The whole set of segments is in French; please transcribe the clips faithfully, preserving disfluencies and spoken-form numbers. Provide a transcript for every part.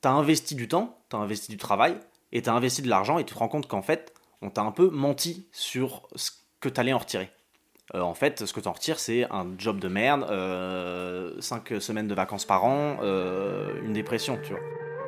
t'as investi du temps, t'as investi du travail, et t'as investi de l'argent, et tu te rends compte qu'en fait, on t'a un peu menti sur ce que t'allais en retirer. Euh, en fait, ce que t'en retires, c'est un job de merde, euh, cinq semaines de vacances par an, euh, une dépression, tu vois.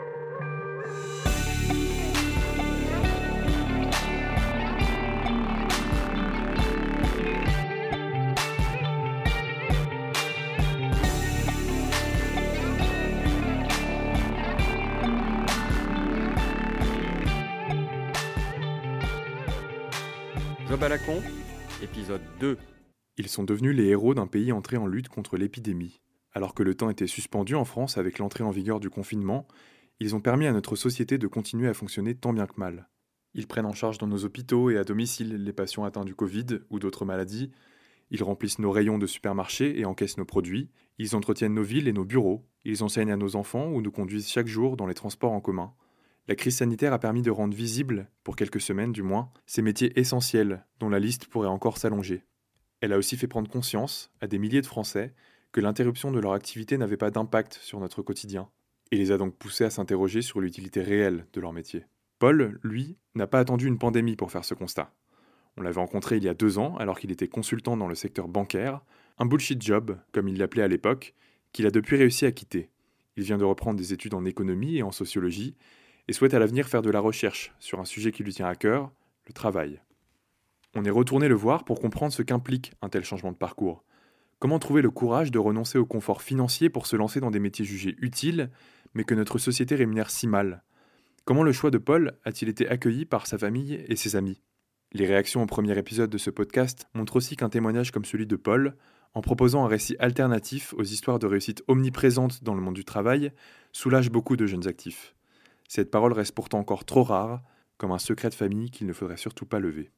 Job à la con, épisode deux. Ils sont devenus les héros d'un pays entré en lutte contre l'épidémie. Alors que le temps était suspendu en France avec l'entrée en vigueur du confinement, ils ont permis à notre société de continuer à fonctionner tant bien que mal. Ils prennent en charge dans nos hôpitaux et à domicile les patients atteints du Covid ou d'autres maladies. Ils remplissent nos rayons de supermarchés et encaissent nos produits. Ils entretiennent nos villes et nos bureaux. Ils enseignent à nos enfants ou nous conduisent chaque jour dans les transports en commun. La crise sanitaire a permis de rendre visibles, pour quelques semaines du moins, ces métiers essentiels dont la liste pourrait encore s'allonger. Elle a aussi fait prendre conscience, à des milliers de Français, que l'interruption de leur activité n'avait pas d'impact sur notre quotidien, et les a donc poussés à s'interroger sur l'utilité réelle de leur métier. Paul, lui, n'a pas attendu une pandémie pour faire ce constat. On l'avait rencontré il y a deux ans, alors qu'il était consultant dans le secteur bancaire, un bullshit job, comme il l'appelait à l'époque, qu'il a depuis réussi à quitter. Il vient de reprendre des études en économie et en sociologie, et souhaite à l'avenir faire de la recherche sur un sujet qui lui tient à cœur, le travail. On est retourné le voir pour comprendre ce qu'implique un tel changement de parcours. Comment trouver le courage de renoncer au confort financier pour se lancer dans des métiers jugés utiles, mais que notre société rémunère si mal? Comment le choix de Paul a-t-il été accueilli par sa famille et ses amis? Les réactions au premier épisode de ce podcast montrent aussi qu'un témoignage comme celui de Paul, en proposant un récit alternatif aux histoires de réussite omniprésentes dans le monde du travail, soulage beaucoup de jeunes actifs. Cette parole reste pourtant encore trop rare, comme un secret de famille qu'il ne faudrait surtout pas lever.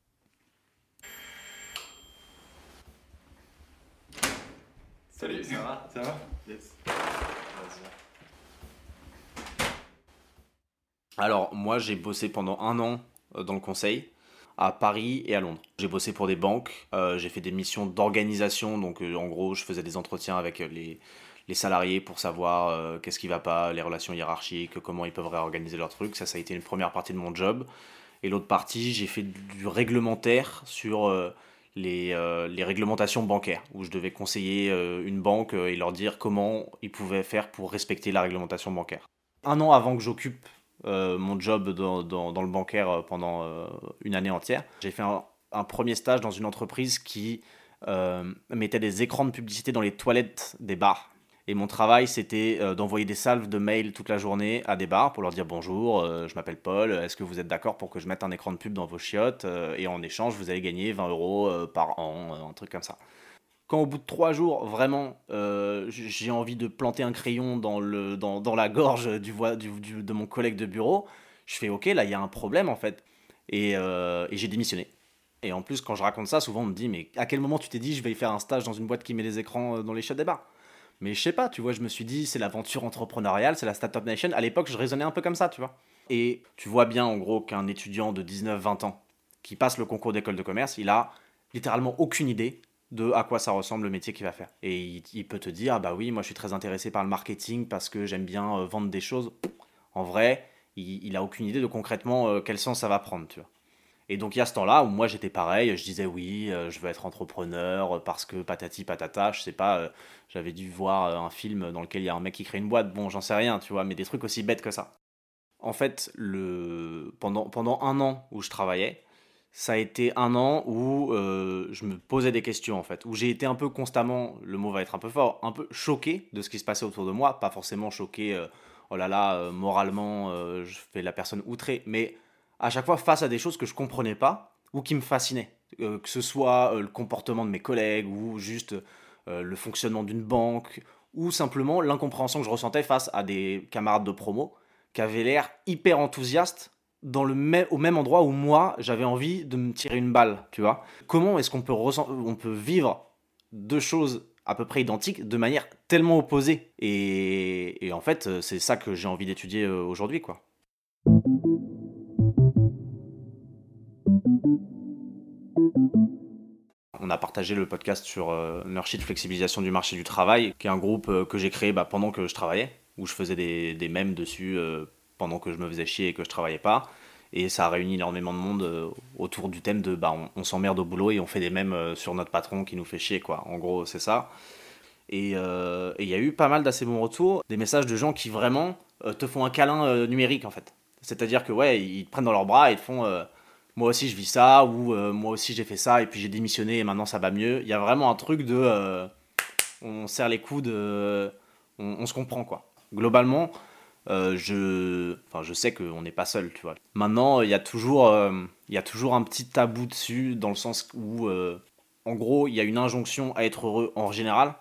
Salut, ça va? Ça va? Yes. Alors, moi, j'ai bossé pendant un an euh, dans le conseil, à Paris et à Londres. J'ai bossé pour des banques, euh, j'ai fait des missions d'organisation, donc euh, en gros, je faisais des entretiens avec les, les salariés pour savoir euh, qu'est-ce qui va pas, les relations hiérarchiques, comment ils peuvent réorganiser leurs trucs. Ça, ça a été une première partie de mon job. Et l'autre partie, j'ai fait du réglementaire sur euh, les, euh, les réglementations bancaires, où je devais conseiller euh, une banque euh, et leur dire comment ils pouvaient faire pour respecter la réglementation bancaire. Un an avant que j'occupe euh, mon job dans, dans, dans le bancaire euh, pendant euh, une année entière, j'ai fait un, un premier stage dans une entreprise qui euh, mettait des écrans de publicité dans les toilettes des bars. Et mon travail, c'était euh, d'envoyer des salves de mails toute la journée à des bars pour leur dire bonjour, euh, je m'appelle Paul, est-ce que vous êtes d'accord pour que je mette un écran de pub dans vos chiottes euh, et en échange, vous allez gagner vingt euros euh, par an, euh, un truc comme ça. Quand au bout de trois jours, vraiment, euh, j'ai envie de planter un crayon dans, le, dans, dans la gorge du, voi- du, du- de mon collègue de bureau, je fais ok, là il y a un problème en fait. Et, euh, et j'ai démissionné. Et en plus, quand je raconte ça, souvent on me dit mais à quel moment tu t'es dit je vais faire un stage dans une boîte qui met des écrans euh, dans les chiottes des bars? Mais je sais pas, tu vois, je me suis dit, c'est l'aventure entrepreneuriale, c'est la Startup Nation. À l'époque, je raisonnais un peu comme ça, tu vois. Et tu vois bien, en gros, qu'un étudiant de dix-neuf vingt ans qui passe le concours d'école de commerce, il a littéralement aucune idée de à quoi ça ressemble le métier qu'il va faire. Et il, il peut te dire, ah bah oui, moi je suis très intéressé par le marketing parce que j'aime bien euh, vendre des choses. En vrai, il, il a aucune idée de concrètement euh, quel sens ça va prendre, tu vois. Et donc il y a ce temps-là où moi j'étais pareil, je disais oui, euh, je veux être entrepreneur euh, parce que patati patata, je sais pas, euh, j'avais dû voir euh, un film dans lequel il y a un mec qui crée une boîte, bon j'en sais rien, tu vois, mais des trucs aussi bêtes que ça. En fait, le... pendant, pendant un an où je travaillais, ça a été un an où euh, je me posais des questions en fait, où j'ai été un peu constamment, le mot va être un peu fort, un peu choqué de ce qui se passait autour de moi, pas forcément choqué, euh, oh là là, euh, moralement, euh, je fais la personne outrée, mais à chaque fois face à des choses que je comprenais pas ou qui me fascinaient, Euh, que ce soit euh, le comportement de mes collègues ou juste euh, le fonctionnement d'une banque ou simplement l'incompréhension que je ressentais face à des camarades de promo qui avaient l'air hyper enthousiastes dans le même, au même endroit où moi j'avais envie de me tirer une balle, tu vois. Comment est-ce qu'on peut, ressent- on peut vivre deux choses à peu près identiques de manière tellement opposée et, et en fait, euh, c'est ça que j'ai envie d'étudier euh, aujourd'hui, quoi. On a partagé le podcast sur euh, Nurshit Flexibilisation du marché du travail, qui est un groupe euh, que j'ai créé bah, pendant que je travaillais. où je faisais des, des mèmes dessus euh, pendant que je me faisais chier et que je travaillais pas. Et ça a réuni énormément de monde euh, autour du thème de bah, on, on s'emmerde au boulot et on fait des mèmes euh, sur notre patron qui nous fait chier, quoi. En gros, c'est ça. Et il euh, y a eu pas mal d'assez bons retours, des messages de gens qui vraiment euh, te font un câlin euh, numérique, en fait. C'est-à-dire que, ouais, ils te prennent dans leurs bras et te font euh, moi aussi je vis ça, ou euh, moi aussi j'ai fait ça et puis j'ai démissionné et maintenant ça va mieux. Il y a vraiment un truc de. Euh, on serre les coudes, euh, on, on se comprend, quoi. Globalement, euh, je, enfin, je sais qu'on n'est pas seul, tu vois. Maintenant, il y a toujours, euh, il y a toujours un petit tabou dessus, dans le sens où, euh, en gros, il y a une injonction à être heureux en général,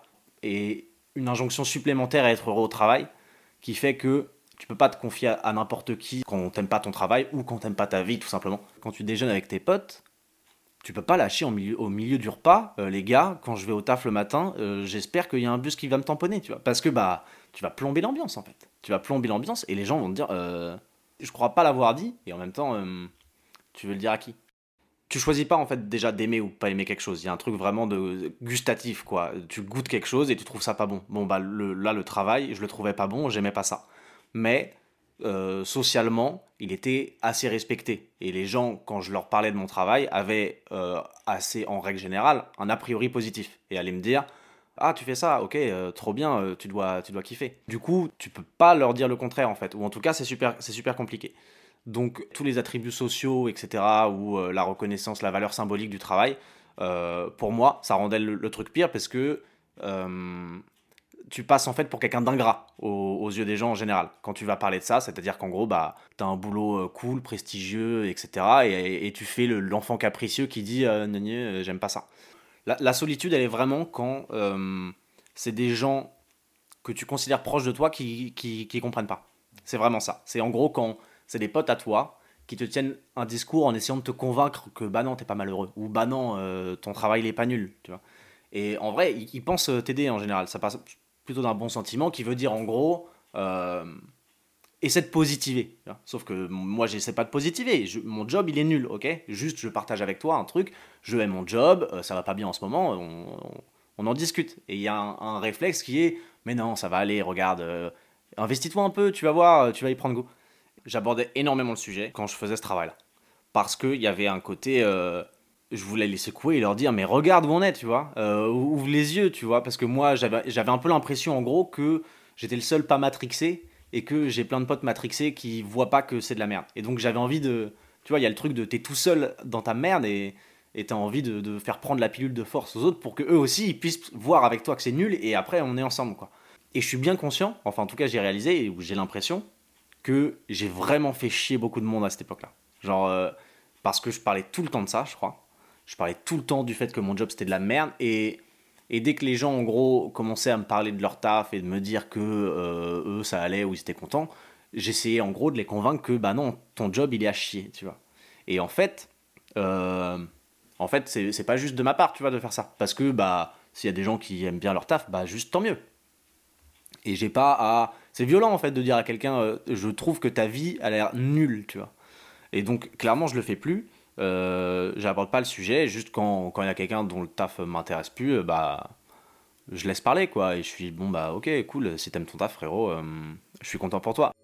et une injonction supplémentaire à être heureux au travail, qui fait que tu peux pas te confier à, à n'importe qui quand t'aimes pas ton travail, ou quand t'aimes pas ta vie, tout simplement. Quand tu déjeunes avec tes potes, tu peux pas lâcher au milieu, au milieu du repas, euh, les gars, quand je vais au taf le matin, euh, j'espère qu'il y a un bus qui va me tamponner, tu vois. Parce que bah, tu vas plomber l'ambiance, en fait. Tu vas plomber l'ambiance et les gens vont te dire, euh, je crois pas l'avoir dit, et en même temps, euh, tu veux le dire à qui? Tu choisis pas, en fait, déjà d'aimer ou pas aimer quelque chose. Il y a un truc vraiment de gustatif, quoi. Tu goûtes quelque chose et tu trouves ça pas bon. Bon, bah, le, là, le travail, je le trouvais pas bon, j'aimais pas ça. Mais euh, socialement, il était assez respecté. Et les gens, quand je leur parlais de mon travail, avaient euh, assez, en règle générale, un a priori positif. Et allaient me dire, ah, tu fais ça, ok, euh, trop bien, euh, tu dois, tu dois kiffer. Du coup, tu peux pas leur dire le contraire, en fait. Ou en tout cas, c'est super, c'est super compliqué. Donc, tous les attributs sociaux, et cetera, ou euh, la reconnaissance, la valeur symbolique du travail, euh, pour moi, ça rendait le, le truc pire parce que euh, tu passes en fait pour quelqu'un d'ingrat aux, aux yeux des gens en général. Quand tu vas parler de ça, c'est-à-dire qu'en gros, bah, tu as un boulot euh, cool, prestigieux, et cetera. Et, et tu fais le- l'enfant capricieux qui dit euh, Gna gna, euh, j'aime pas ça. La, la solitude, elle est vraiment quand euh, c'est des gens que tu considères proches de toi qui, qui, qui comprennent pas. C'est vraiment ça. C'est en gros quand c'est des potes à toi qui te tiennent un discours en essayant de te convaincre que bah non, t'es pas malheureux. Ou bah non, euh, ton travail il est pas nul. Tu vois. Et en vrai, ils, ils pensent t'aider en général. Ça passe plutôt d'un bon sentiment qui veut dire en gros. Euh, essaie de positiver. Tu vois. Sauf que moi, j'essaie pas de positiver. Je- mon job, il est nul, ok? Juste, je partage avec toi un truc. Je aime mon job, euh, ça va pas bien en ce moment, on, on- on en discute. Et il y a un, un réflexe qui est, mais non, ça va aller, regarde, euh, investis-toi un peu, tu vas voir, euh, tu vas y prendre goût. J'abordais énormément le sujet quand je faisais ce travail-là. Parce qu'il y avait un côté, euh, je voulais les secouer et leur dire, mais regarde où on est, tu vois, euh, ouvre les yeux, tu vois, parce que moi, j'avais, j'avais un peu l'impression, en gros, que j'étais le seul pas matrixé et que j'ai plein de potes matrixés qui voient pas que c'est de la merde. Et donc, j'avais envie de, tu vois, il y a le truc de t'es tout seul dans ta merde et et t'as envie de, de faire prendre la pilule de force aux autres pour que eux aussi ils puissent voir avec toi que c'est nul et après on est ensemble, quoi. Et je suis bien conscient, enfin en tout cas j'ai réalisé, ou j'ai l'impression, que j'ai vraiment fait chier beaucoup de monde à cette époque-là. Genre, euh, parce que je parlais tout le temps de ça, je crois. Je parlais tout le temps du fait que mon job c'était de la merde. Et, et dès que les gens, en gros, commençaient à me parler de leur taf et de me dire que euh, eux ça allait ou ils étaient contents, j'essayais en gros de les convaincre que bah non, ton job il est à chier, tu vois. Et en fait, euh, en fait c'est, c'est pas juste de ma part, tu vois, de faire ça. Parce que bah, s'il y a des gens qui aiment bien leur taf, bah juste tant mieux. Et j'ai pas à. C'est violent en fait de dire à quelqu'un euh, je trouve que ta vie a l'air nulle, tu vois. Et donc clairement je le fais plus. Euh, j'aborde pas le sujet. Juste quand quand il y a quelqu'un dont le taf m'intéresse plus, euh, bah je laisse parler quoi. Et je suis bon bah ok cool. Si t'aimes ton taf frérot, euh, je suis content pour toi.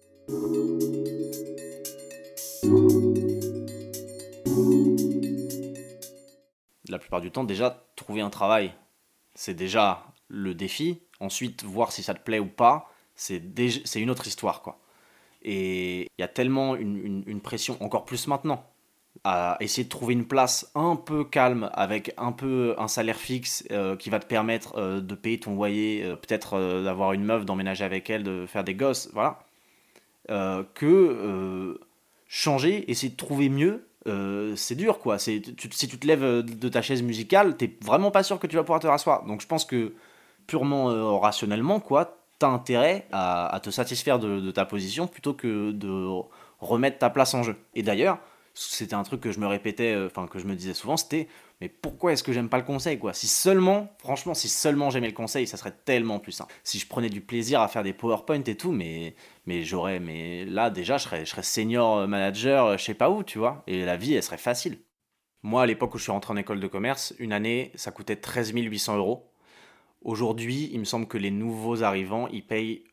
La plupart du temps déjà trouver un travail, c'est déjà le défi. Ensuite voir si ça te plaît ou pas, c'est déjà, c'est une autre histoire quoi. Et il y a tellement une, une, une pression, encore plus maintenant, à essayer de trouver une place un peu calme, avec un peu un salaire fixe euh, qui va te permettre euh, de payer ton loyer, euh, peut-être euh, d'avoir une meuf, d'emménager avec elle, de faire des gosses, voilà. Euh, que euh, changer, essayer de trouver mieux, euh, c'est dur quoi. C'est, tu, si tu te lèves euh, de ta chaise musicale, t'es vraiment pas sûr que tu vas pouvoir te rasseoir. Donc je pense que purement euh, rationnellement, quoi, t'as intérêt à, à te satisfaire de, de ta position plutôt que de remettre ta place en jeu. Et d'ailleurs, c'était un truc que je me répétais, euh, enfin que je me disais souvent, c'était mais pourquoi est-ce que j'aime pas le conseil, quoi? Si seulement, franchement, si seulement j'aimais le conseil, ça serait tellement plus simple. Si je prenais du plaisir à faire des PowerPoint et tout, mais mais j'aurais, mais là déjà, je serais, je serais senior manager, euh, je sais pas où, tu vois, et la vie, elle serait facile. Moi, à l'époque où je suis rentré en école de commerce, une année, ça coûtait treize mille huit cents euros. Aujourd'hui, il me semble que les nouveaux arrivants, ils payent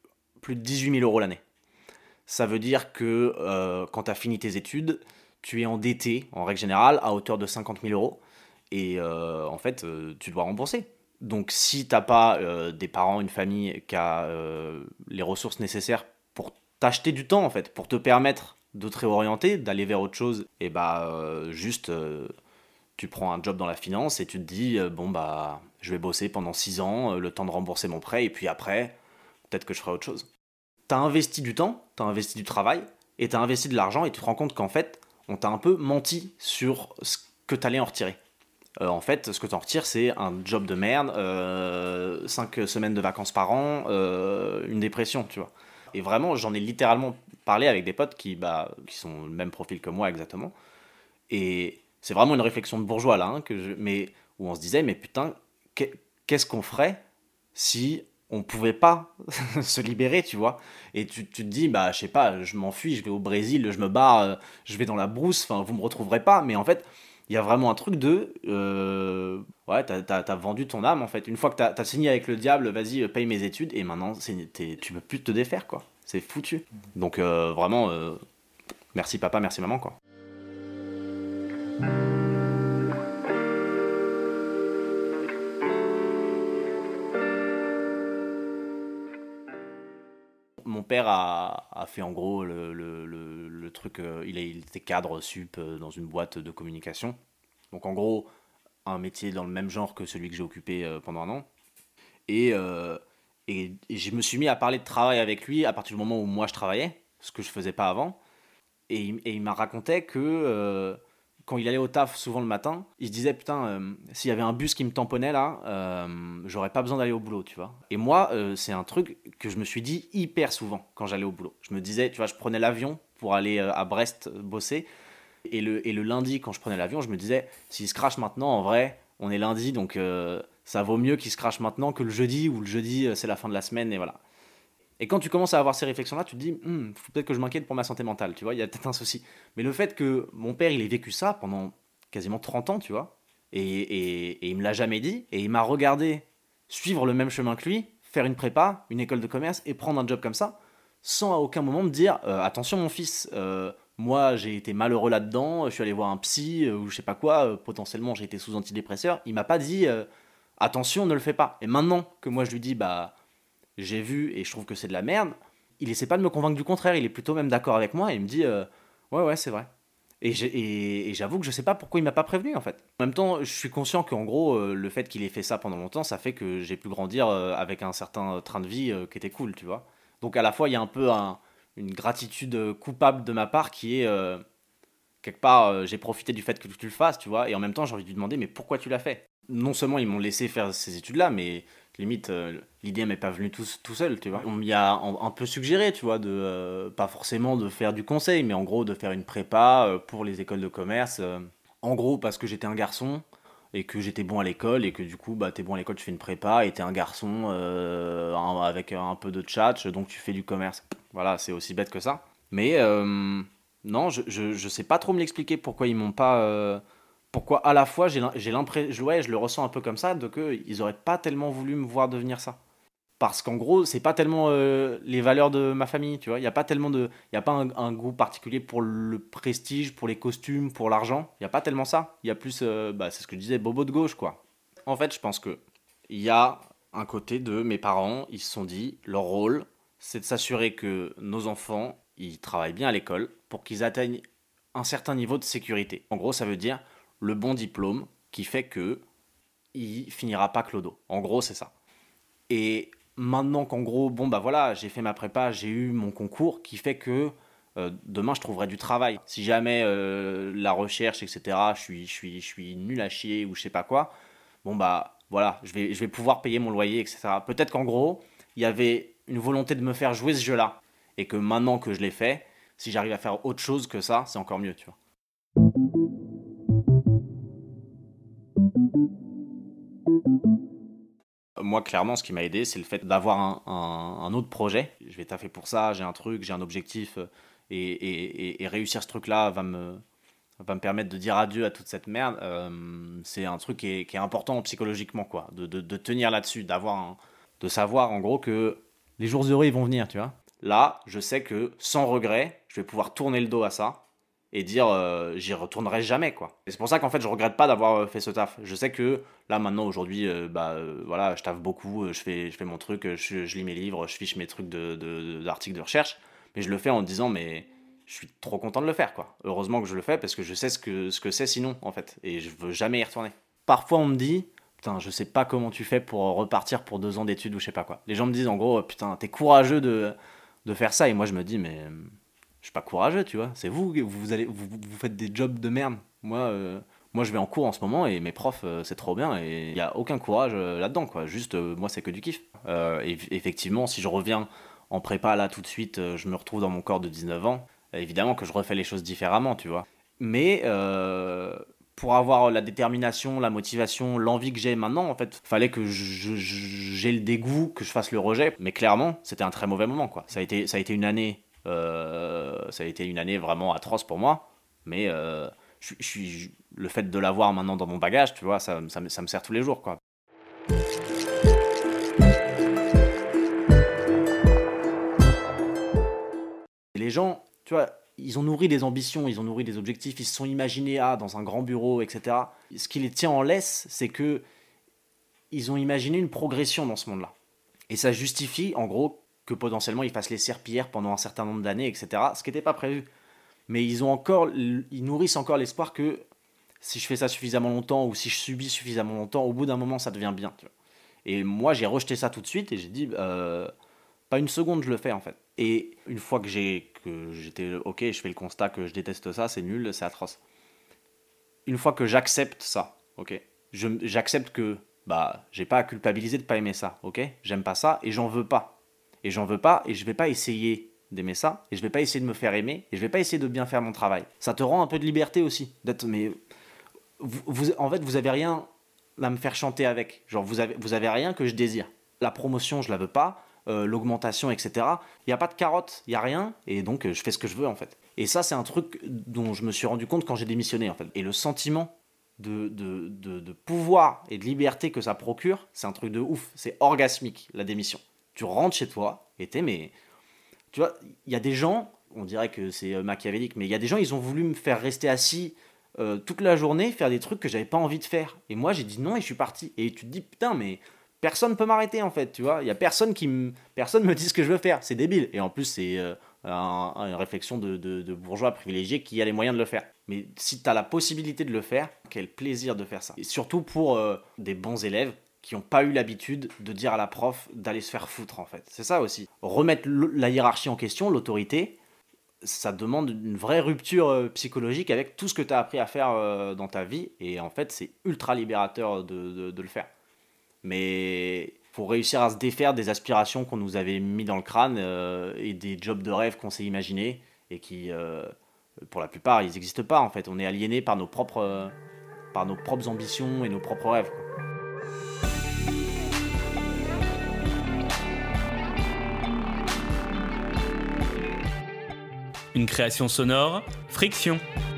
plus de dix-huit mille euros l'année. Ça veut dire que euh, quand tu as fini tes études, tu es endetté, en règle générale, à hauteur de cinquante mille euros. Et euh, en fait, euh, tu dois rembourser. Donc si tu n'as pas euh, des parents, une famille qui a euh, les ressources nécessaires pour t'acheter du temps, en fait, pour te permettre de te réorienter, d'aller vers autre chose, et bah euh, juste... Euh, tu prends un job dans la finance et tu te dis, euh, bon bah, je vais bosser pendant six ans, euh, le temps de rembourser mon prêt, et puis après, peut-être que je ferai autre chose. T'as investi du temps, t'as investi du travail, et t'as investi de l'argent, et tu te rends compte qu'en fait, on t'a un peu menti sur ce que t'allais en retirer. Euh, en fait, ce que t'en retires, c'est un job de merde, euh, cinq semaines de vacances par an, euh, une dépression, tu vois. Et vraiment, j'en ai littéralement parlé avec des potes qui, bah, qui sont le même profil que moi exactement. Et c'est vraiment une réflexion de bourgeois là, hein, que je, mais, où on se disait, mais putain, qu'est-ce qu'on ferait si on pouvait pas se libérer, tu vois. Et tu, tu te dis, bah je sais pas, je m'enfuis, je vais au Brésil, je me barre, euh, je vais dans la brousse, enfin vous me retrouverez pas. Mais en fait, il y a vraiment un truc de, euh, ouais, t'as, t'as, t'as vendu ton âme en fait. Une fois que t'as, t'as signé avec le diable, vas-y, paye mes études, et maintenant c'est, tu peux plus te défaire, quoi. C'est foutu. Donc euh, vraiment, euh, merci papa, merci maman, quoi. Mon père a, a fait en gros le, le, le, le truc, euh, il, est, il était cadre sup euh, dans une boîte de communication. Donc en gros, un métier dans le même genre que celui que j'ai occupé euh, pendant un an. Et, euh, et, et je me suis mis à parler de travail avec lui à partir du moment où moi je travaillais, ce que je faisais pas avant. Et il, et il m'a raconté que euh, quand il allait au taf souvent le matin, il se disait putain, euh, s'il y avait un bus qui me tamponnait là, euh, j'aurais pas besoin d'aller au boulot, tu vois. Et moi, euh, c'est un truc que je me suis dit hyper souvent quand j'allais au boulot. Je me disais, tu vois, je prenais l'avion pour aller euh, à Brest euh, bosser. Et le, et le lundi, quand je prenais l'avion, je me disais, s'il se crache maintenant, en vrai, on est lundi, donc euh, ça vaut mieux qu'il se crache maintenant que le jeudi, où le jeudi, euh, c'est la fin de la semaine, et voilà. Et quand tu commences à avoir ces réflexions-là, tu te dis, hm, faut peut-être que je m'inquiète pour ma santé mentale, tu vois, il y a peut-être un souci. Mais le fait que mon père, il ait vécu ça pendant quasiment trente ans, tu vois, et, et, et il me l'a jamais dit, et il m'a regardé suivre le même chemin que lui, faire une prépa, une école de commerce, et prendre un job comme ça, sans à aucun moment me dire, euh, attention mon fils, euh, moi j'ai été malheureux là-dedans, je suis allé voir un psy, euh, ou je sais pas quoi, euh, potentiellement j'ai été sous antidépresseur, il m'a pas dit, euh, attention, ne le fais pas. Et maintenant que moi je lui dis, bah j'ai vu et je trouve que c'est de la merde, il essaie pas de me convaincre du contraire, il est plutôt même d'accord avec moi et il me dit euh, ouais ouais c'est vrai. Et, j'ai- et- et j'avoue que je sais pas pourquoi il m'a pas prévenu en fait. En même temps, je suis conscient qu'en gros, euh, le fait qu'il ait fait ça pendant longtemps, ça fait que j'ai pu grandir euh, avec un certain train de vie euh, qui était cool, tu vois. Donc à la fois, il y a un peu un- une gratitude euh, coupable de ma part qui est euh, quelque part, euh, j'ai profité du fait que tu le fasses, tu vois, et en même temps, j'ai envie de lui demander, mais pourquoi tu l'as fait? Non seulement ils m'ont laissé faire ces études-là, mais limite, euh, l'idée m'est pas venue tout, tout seul, tu vois. On m'y a un, un peu suggéré, tu vois, de, euh, pas forcément de faire du conseil, mais en gros de faire une prépa euh, pour les écoles de commerce. euh, en gros, parce que j'étais un garçon et que j'étais bon à l'école et que du coup, bah, t'es bon à l'école, tu fais une prépa et t'es un garçon euh, un- avec un peu de tchatch, donc tu fais du commerce. Voilà, c'est aussi bête que ça. Mais euh, non, je, je, je sais pas trop me l'expliquer pourquoi ils m'ont pas. euh, pourquoi à la fois j'ai l'im- j'ai l'impression. Ouais, je le ressens un peu comme ça, de que ils auraient pas tellement voulu me voir devenir ça. Parce qu'en gros, c'est pas tellement euh, les valeurs de ma famille, tu vois. Il y a pas tellement de. Il y a pas un, un goût particulier pour le prestige, pour les costumes, pour l'argent. Il y a pas tellement ça. Il y a plus. Euh, bah, c'est ce que je disais, bobo de gauche, quoi. En fait, je pense que il y a un côté de mes parents, ils se sont dit, leur rôle, c'est de s'assurer que nos enfants, ils travaillent bien à l'école pour qu'ils atteignent un certain niveau de sécurité. En gros, ça veut dire le bon diplôme qui fait que il finira pas clodo. En gros, c'est ça. Et maintenant qu'en gros, bon bah voilà, j'ai fait ma prépa, j'ai eu mon concours qui fait que euh, demain je trouverai du travail. Si jamais euh, la recherche, et cetera, je suis, je, suis, je suis nul à chier ou je sais pas quoi, bon bah voilà, je vais, je vais pouvoir payer mon loyer, et cetera. Peut-être qu'en gros, il y avait une volonté de me faire jouer ce jeu-là. Et que maintenant que je l'ai fait, si j'arrive à faire autre chose que ça, c'est encore mieux, tu vois. Moi, clairement, ce qui m'a aidé, c'est le fait d'avoir un, un- un autre projet. Je vais taffer pour ça, j'ai un truc, j'ai un objectif, euh, et, et- et- et réussir ce truc-là va me, va me permettre de dire adieu à toute cette merde. Euh, c'est un truc qui est, qui est important psychologiquement, quoi, de, de- de tenir là-dessus, d'avoir un- de savoir en gros que Les jours heureux, ils vont venir, tu vois. Là, je sais que sans regret, je vais pouvoir tourner le dos à ça et dire euh, j'y retournerai jamais, quoi. Et c'est pour ça qu'en fait, je regrette pas d'avoir fait ce taf. Je sais que là, maintenant, aujourd'hui, euh, bah euh, voilà, je taffe beaucoup, je fais, je fais mon truc, je, je lis mes livres, je fiche mes trucs de, de, de- d'articles de recherche, mais je le fais en me disant mais je suis trop content de le faire, quoi. Heureusement que je le fais parce que je sais ce que, ce que c'est sinon, en fait, et je veux jamais y retourner. Parfois, on me dit putain, je sais pas comment tu fais pour repartir pour deux ans d'études ou je sais pas quoi. Les gens me disent en gros, putain, t'es courageux de, de faire ça. Et moi, je me dis, mais euh, je suis pas courageux, tu vois. C'est vous, vous, allez, vous, vous faites des jobs de merde. Moi, euh, moi, je vais en cours en ce moment et mes profs, euh, c'est trop bien. Et il y a aucun courage euh, là-dedans, quoi. Juste, euh, moi, c'est que du kiff. Euh, et effectivement, si je reviens en prépa là tout de suite, euh, je me retrouve dans mon corps de dix-neuf ans. euh, évidemment que je refais les choses différemment, tu vois. Mais euh, pour avoir la détermination, la motivation, l'envie que j'ai maintenant, en fait, fallait que je- je- j'ai le dégoût, que je fasse le rejet. Mais clairement, c'était un très mauvais moment, quoi. Ça a été, ça a été une année, euh, ça a été une année vraiment atroce pour moi. Mais euh, je, je suis, le fait de l'avoir maintenant dans mon bagage, tu vois, ça, ça, me- ça me sert tous les jours, quoi. Et les gens, tu vois, ils ont nourri des ambitions, ils ont nourri des objectifs, ils se sont imaginés ah, dans un grand bureau, et cetera. Ce qui les tient en laisse, c'est que ils ont imaginé une progression dans ce monde-là. Et ça justifie, en gros, que potentiellement ils fassent les serpillères pendant un certain nombre d'années, et cetera. Ce qui n'était pas prévu. Mais ils ont encore, ils nourrissent encore l'espoir que si je fais ça suffisamment longtemps ou si je subis suffisamment longtemps, au bout d'un moment, ça devient bien. Tu vois. Et moi, j'ai rejeté ça tout de suite et j'ai dit, euh, pas une seconde, je le fais en fait. Et une fois que j'ai, que j'étais ok, je fais le constat que je déteste ça, c'est nul, c'est atroce. Une fois que j'accepte ça, ok, je, j'accepte que bah j'ai pas à culpabiliser de pas aimer ça, ok, j'aime pas ça et j'en veux pas, et j'en veux pas et je vais pas essayer d'aimer ça et je vais pas essayer de me faire aimer et je vais pas essayer de bien faire mon travail. Ça te rend un peu de liberté aussi, d'être mais vous, vous en fait vous avez rien à me faire chanter avec, genre vous avez vous avez rien que je désire. La promotion je la veux pas. Euh, l'augmentation, et cetera. Il n'y a pas de carotte, il n'y a rien, et donc euh, je fais ce que je veux en fait. Et ça, c'est un truc dont je me suis rendu compte quand j'ai démissionné en fait. Et le sentiment de, de, de, de pouvoir et de liberté que ça procure, c'est un truc de ouf. C'est orgasmique la démission. Tu rentres chez toi et t'es, mais. Tu vois, il y a des gens, on dirait que c'est machiavélique, mais il y a des gens, ils ont voulu me faire rester assis euh, toute la journée, faire des trucs que j'avais pas envie de faire. Et moi, j'ai dit non et je suis parti. Et tu te dis, putain, mais. Personne peut m'arrêter en fait, tu vois. Il y a personne qui me, personne me dit ce que je veux faire. C'est débile. Et en plus, c'est euh, un, une réflexion de, de, de bourgeois privilégiés qui a les moyens de le faire. Mais si tu as la possibilité de le faire, quel plaisir de faire ça. Et surtout pour euh, des bons élèves qui n'ont pas eu l'habitude de dire à la prof d'aller se faire foutre en fait. C'est ça aussi. Remettre la hiérarchie en question, l'autorité, ça demande une vraie rupture euh, psychologique avec tout ce que tu as appris à faire euh, dans ta vie. Et en fait, c'est ultra libérateur de, de, de le faire. Mais faut réussir à se défaire des aspirations qu'on nous avait mis dans le crâne euh, et des jobs de rêve qu'on s'est imaginés et qui, euh, pour la plupart, ils n'existent pas en fait. On est aliéné par nos propres, euh, par nos propres ambitions et nos propres rêves, quoi. Une création sonore, Friction.